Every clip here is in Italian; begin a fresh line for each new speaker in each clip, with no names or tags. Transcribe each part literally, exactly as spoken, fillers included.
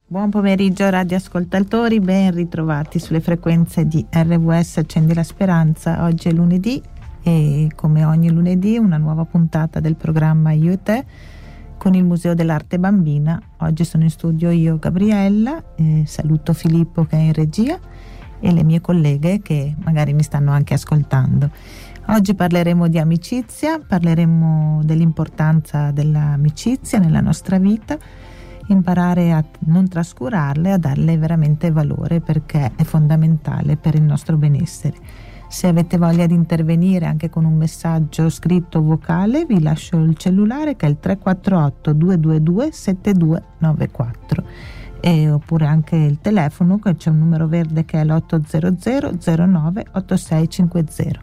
Buon pomeriggio radioascoltatori, ben ritrovati sulle frequenze di R W S Accendi la Speranza. Oggi è lunedì e come ogni lunedì una nuova puntata del programma Io e Te con il Museo dell'Arte Bambina. Oggi sono in studio io, Gabriella, eh, saluto Filippo che è in regia e le mie colleghe che magari mi stanno anche ascoltando. Oggi parleremo di amicizia, parleremo dell'importanza dell'amicizia nella nostra vita, imparare a non trascurarle, a darle veramente valore perché è fondamentale per il nostro benessere. Se avete voglia di intervenire anche con un messaggio scritto o vocale, vi lascio il cellulare che è il tre quattro otto due due due sette due nove quattro e oppure anche il telefono, che c'è un numero verde che è l'otto zero zero zero nove otto sei cinque zero.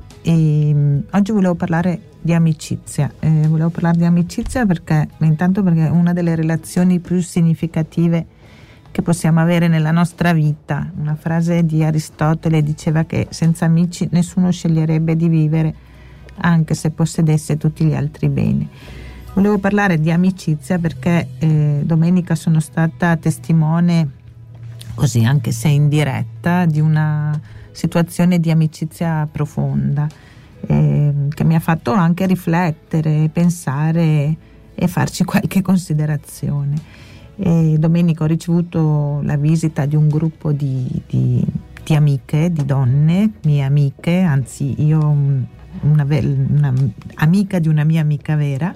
E um, oggi volevo parlare di amicizia, eh, volevo parlare di amicizia perché intanto perché è una delle relazioni più significative che possiamo avere nella nostra vita. Una frase di Aristotele diceva che senza amici nessuno sceglierebbe di vivere anche se possedesse tutti gli altri beni. Volevo parlare di amicizia perché eh, domenica sono stata testimone, così anche se in diretta, di una situazione di amicizia profonda eh, che mi ha fatto anche riflettere, pensare e farci qualche considerazione. E domenica ho ricevuto la visita di un gruppo di, di, di amiche, di donne, mie amiche, anzi io una, una amica di una mia amica vera,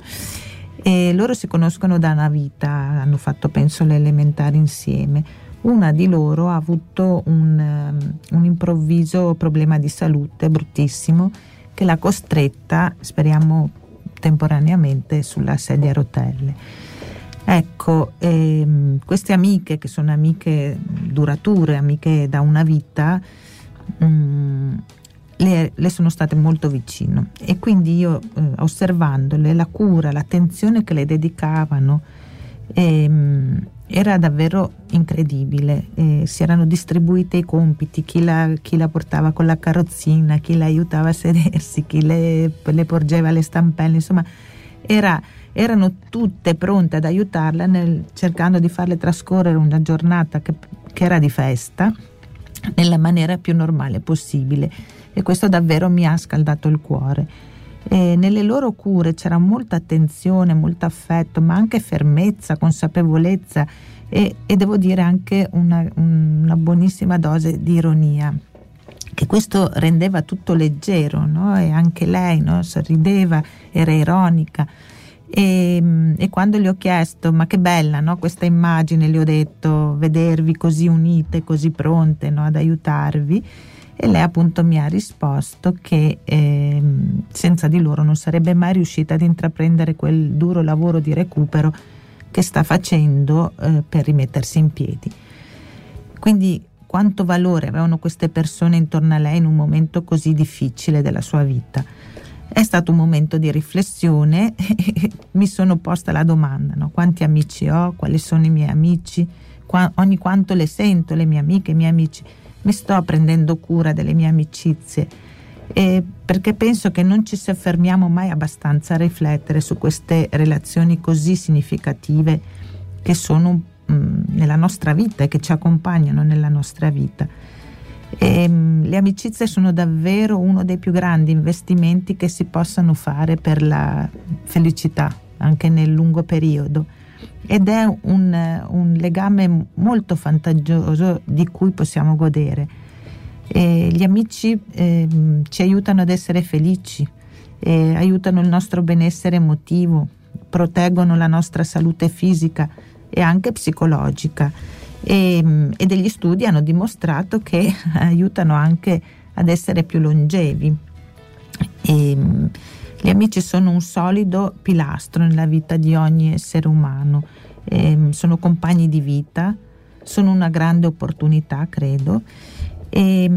e loro si conoscono da una vita, hanno fatto penso le elementari insieme. Una di loro ha avuto un, um, un improvviso problema di salute bruttissimo che l'ha costretta, speriamo temporaneamente, sulla sedia a rotelle. Ecco, ehm, queste amiche che sono amiche durature, amiche da una vita, um, le, le sono state molto vicino e quindi io eh, osservandole la cura, l'attenzione che le dedicavano, ehm, era davvero incredibile. Eh, si erano distribuiti i compiti, chi la, chi la portava con la carrozzina, chi la aiutava a sedersi, chi le, le porgeva le stampelle, insomma era, erano tutte pronte ad aiutarla nel, cercando di farle trascorrere una giornata che, che era di festa nella maniera più normale possibile, e questo davvero mi ha scaldato il cuore. E nelle loro cure c'era molta attenzione, molto affetto, ma anche fermezza, consapevolezza e, e devo dire anche una, una buonissima dose di ironia, che questo rendeva tutto leggero, no? E anche lei, no? Sorrideva, era ironica. E, e quando le ho chiesto ma che bella, no? Questa immagine, le ho detto, vedervi così unite, così pronte, no? Ad aiutarvi. E lei appunto mi ha risposto che eh, senza di loro non sarebbe mai riuscita ad intraprendere quel duro lavoro di recupero che sta facendo eh, per rimettersi in piedi. Quindi quanto valore avevano queste persone intorno a lei in un momento così difficile della sua vita. È stato un momento di riflessione e mi sono posta la domanda, no? Quanti amici ho? Quali sono i miei amici? Qua, ogni quanto le sento, le mie amiche, i miei amici. Mi sto prendendo cura delle mie amicizie, eh, perché penso che non ci soffermiamo mai abbastanza a riflettere su queste relazioni così significative che sono mh, nella nostra vita e che ci accompagnano nella nostra vita. E, mh, le amicizie sono davvero uno dei più grandi investimenti che si possano fare per la felicità anche nel lungo periodo. Ed è un, un legame molto vantaggioso di cui possiamo godere. E gli amici eh, ci aiutano ad essere felici, eh, aiutano il nostro benessere emotivo, proteggono la nostra salute fisica e anche psicologica, e, e degli studi hanno dimostrato che aiutano anche ad essere più longevi. E, Gli amici sono un solido pilastro nella vita di ogni essere umano, eh, sono compagni di vita, sono una grande opportunità, credo, e,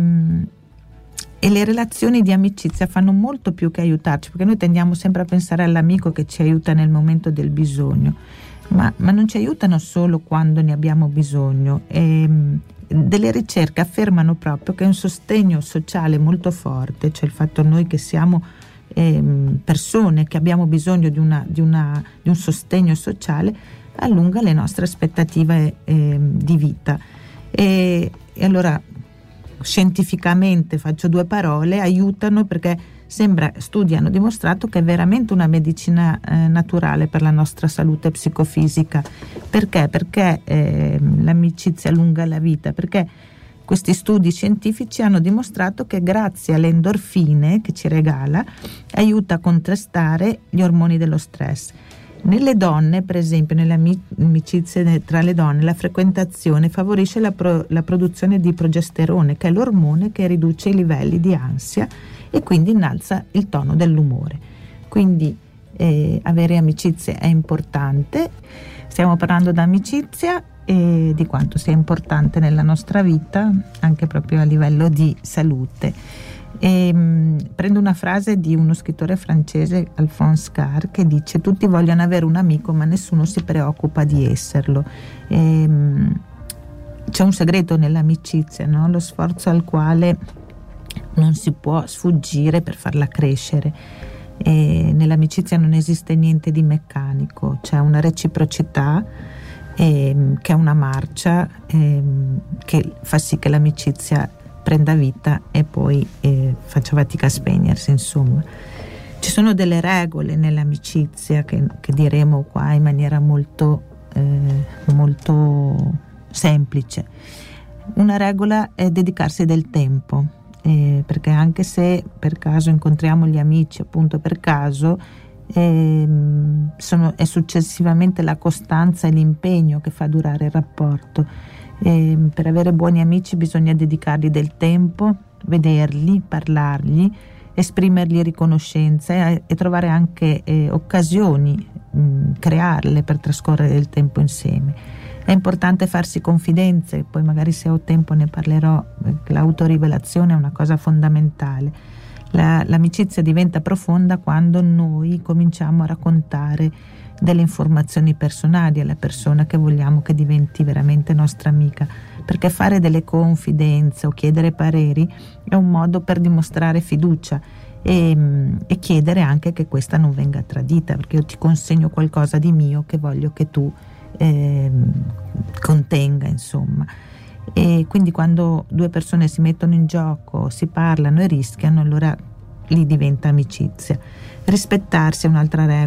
e le relazioni di amicizia fanno molto più che aiutarci, perché noi tendiamo sempre a pensare all'amico che ci aiuta nel momento del bisogno, ma, ma non ci aiutano solo quando ne abbiamo bisogno. E, delle ricerche affermano proprio che un sostegno sociale molto forte, cioè il fatto noi che siamo eh, persone che abbiamo bisogno di, una, di, una, di un sostegno sociale, allunga le nostre aspettative eh, di vita. E, e allora scientificamente, faccio due parole, aiutano perché sembra, studi hanno dimostrato che è veramente una medicina eh, naturale per la nostra salute psicofisica. Perché? Perché eh, l'amicizia allunga la vita, perché questi studi scientifici hanno dimostrato che grazie alle endorfine che ci regala aiuta a contrastare gli ormoni dello stress. Nelle donne, per esempio, nelle amicizie tra le donne, la frequentazione favorisce la, pro, la produzione di progesterone, che è l'ormone che riduce i livelli di ansia e quindi innalza il tono dell'umore. Quindi eh, avere amicizie è importante. Stiamo parlando di amicizia e di quanto sia importante nella nostra vita, anche proprio a livello di salute. E, mh, prendo una frase di uno scrittore francese, Alphonse Karr, che dice: tutti vogliono avere un amico ma nessuno si preoccupa di esserlo. E, mh, c'è un segreto nell'amicizia, no? Lo sforzo al quale non si può sfuggire per farla crescere. E nell'amicizia non esiste niente di meccanico, c'è una reciprocità eh, che è una marcia eh, che fa sì che l'amicizia prenda vita e poi eh, faccia fatica a spegnersi. Insomma, ci sono delle regole nell'amicizia che, che diremo qua in maniera molto eh, molto semplice. Una regola è dedicarsi del tempo, eh, perché anche se per caso incontriamo gli amici appunto per caso, eh, sono, è successivamente la costanza e l'impegno che fa durare il rapporto. Eh, per avere buoni amici bisogna dedicargli del tempo, vederli, parlargli, esprimergli riconoscenza e, e trovare anche eh, occasioni, mh, crearle per trascorrere il tempo insieme. È importante farsi confidenze, poi magari se ho tempo ne parlerò, l'autorivelazione è una cosa fondamentale. La, l'amicizia diventa profonda quando noi cominciamo a raccontare delle informazioni personali alla persona che vogliamo che diventi veramente nostra amica, perché fare delle confidenze o chiedere pareri è un modo per dimostrare fiducia e, e chiedere anche che questa non venga tradita, perché io ti consegno qualcosa di mio che voglio che tu eh, contenga, insomma. E quindi quando due persone si mettono in gioco, si parlano e rischiano, allora lì diventa amicizia. Rispettarsi è un'altra regola.